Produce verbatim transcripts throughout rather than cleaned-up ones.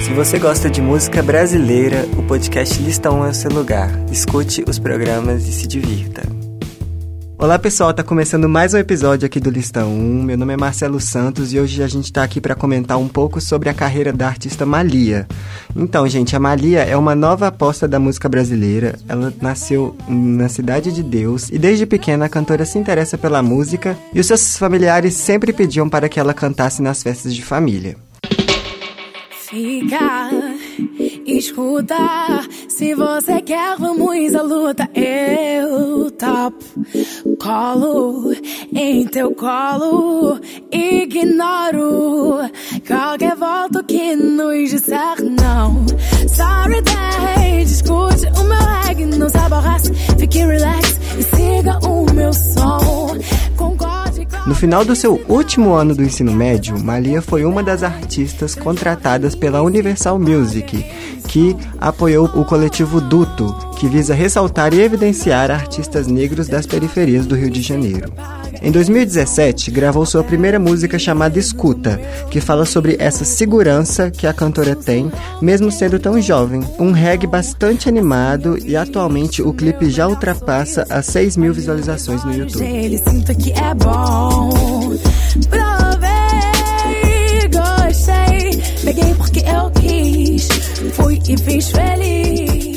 Se você gosta de música brasileira, o podcast Lista um é o seu lugar. Escute os programas e se divirta. Olá pessoal, tá começando mais um episódio aqui do Lista um. Meu nome é Marcelo Santos e hoje a gente tá aqui para comentar um pouco sobre a carreira da artista Malia. Então, gente, a Malia é uma nova aposta da música brasileira. Ela nasceu na Cidade de Deus e desde pequena a cantora se interessa pela música e os seus familiares sempre pediam para que ela cantasse nas festas de família. Fica, escuta, se você quer vamos à luta, eu topo, colo em teu colo, ignoro qualquer volta que nos disser não. Sorry day, discute o meu reggae, não se aborrece, fique relax e siga o meu som. Concorde, claro. No final do seu último ano do ensino médio, Malia foi uma das artistas contratadas pela Universal Music, que apoiou o coletivo Duto, que visa ressaltar e evidenciar artistas negros das periferias do Rio de Janeiro. Em dois mil e dezessete, gravou sua primeira música chamada Escuta, que fala sobre essa segurança que a cantora tem, mesmo sendo tão jovem. Um reggae bastante animado e atualmente o clipe já ultrapassa as seis mil visualizações no YouTube. Ele sinta que é bom. Provei, gostei, peguei porque eu quis, fui e fiz feliz.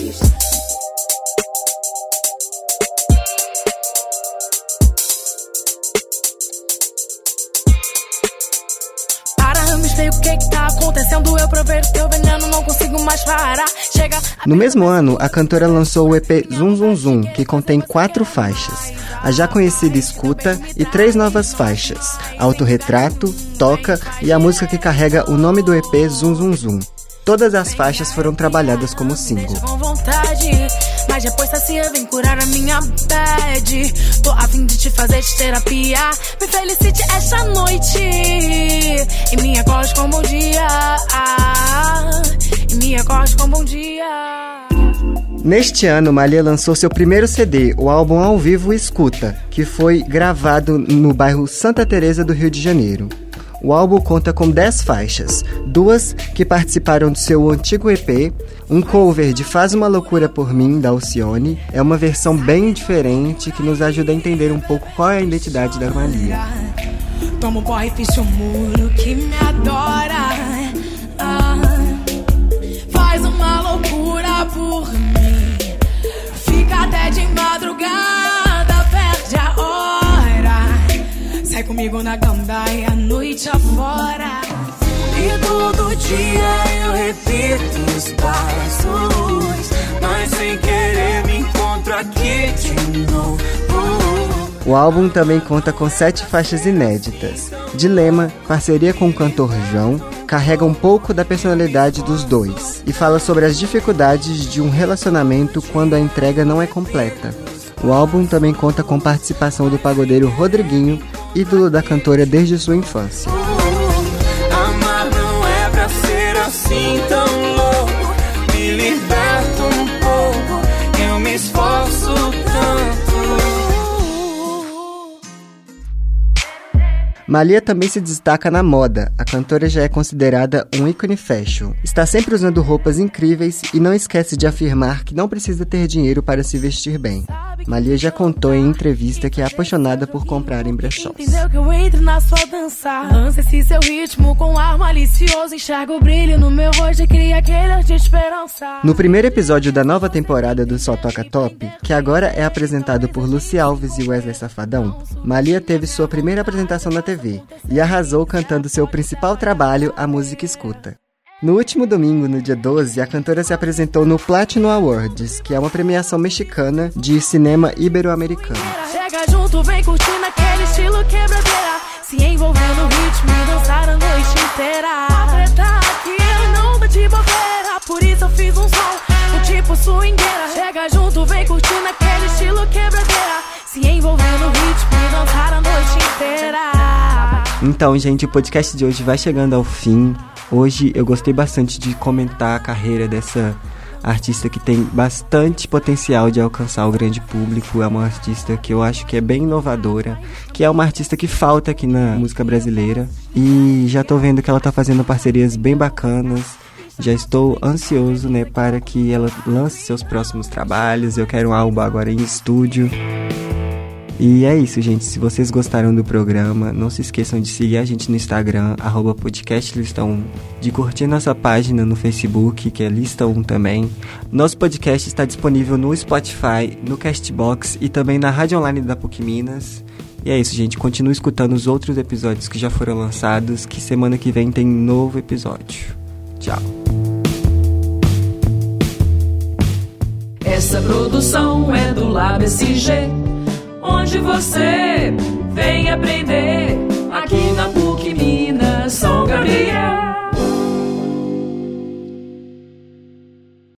O que que tá acontecendo? Eu provei o teu veneno, não consigo mais parar. Chega... No mesmo ano, a cantora lançou o E P Zum Zum Zum, que contém quatro faixas. A já conhecida Escuta e três novas faixas, Autorretrato, Toca e a música que carrega o nome do E P Zum Zum Zum. Todas as faixas foram trabalhadas como single. Com vontade, mas depois sacia, vem curar a minha bad. Tô a fim de te fazer de terapia. Me felicite esta noite e me acorde com bom dia. E me acorde com bom dia. Neste ano, Malia lançou seu primeiro C D, o álbum ao vivo Escuta, que foi gravado no bairro Santa Teresa do Rio de Janeiro. O álbum conta com dez faixas, duas que participaram do seu antigo E P, um cover de Faz Uma Loucura Por Mim, da Alcione. É uma versão bem diferente que nos ajuda a entender um pouco qual é a identidade da Malia. Toma o porre e ficha o muro que me adora. Ah, faz uma loucura por mim, fica até de madrugada, perde a hora. Sai comigo na gandaia, a noite afora. E todo dia eu repito os passos, mas sem querer me encontro aqui de novo. O álbum também conta com sete faixas inéditas. Dilema, parceria com o cantor João, carrega um pouco da personalidade dos dois e fala sobre as dificuldades de um relacionamento quando a entrega não é completa. O álbum também conta com participação do pagodeiro Rodriguinho, ídolo da cantora desde sua infância. Amar não é pra ser assim tão louco, me liberto um pouco, eu me esforço tanto. Malia também se destaca na moda. A cantora já é considerada um ícone fashion. Está sempre usando roupas incríveis e não esquece de afirmar que não precisa ter dinheiro para se vestir bem. Malia já contou em entrevista que é apaixonada por comprar em brechós. Entendeu que eu entro na sua dança, lança esse seu ritmo com ar malicioso, enxerga o brilho no meu rosto e cria aquele ar de esperança. No primeiro episódio da nova temporada do Só Toca Top, que agora é apresentado por Lucy Alves e Wesley Safadão, Malia teve sua primeira apresentação na T V e arrasou cantando seu principal trabalho, a música Escuta. No último domingo, no dia doze, a cantora se apresentou no Platinum Awards, que é uma premiação mexicana de cinema ibero-americano. Chega junto, vem curtindo aquele estilo quebradeira, se envolver no ritmo e dançar a noite inteira. A treta aqui não dá de bobeira, por isso eu fiz um som do tipo swingueira. Chega junto, vem curtindo aquele estilo quebradeira, se envolver no ritmo e dançar a noite inteira. Então, gente, o podcast de hoje vai chegando ao fim. Hoje eu gostei bastante de comentar a carreira dessa artista que tem bastante potencial de alcançar o grande público. É uma artista que eu acho que é bem inovadora, que é uma artista que falta aqui na música brasileira. E já tô vendo que ela tá fazendo parcerias bem bacanas Já estou ansioso, né, para que ela lance seus próximos trabalhos. Eu quero um álbum agora em estúdio. E é isso, gente. Se vocês gostaram do programa, não se esqueçam de seguir a gente no Instagram, arroba podcast Lista um, de curtir nossa página no Facebook, que é Lista um também. Nosso podcast está disponível no Spotify, no Castbox e também na Rádio Online da PUC Minas. E é isso, gente. Continue escutando os outros episódios que já foram lançados, que semana que vem tem novo episódio. Tchau. Essa produção é do Lab S G, onde você vem aprender aqui na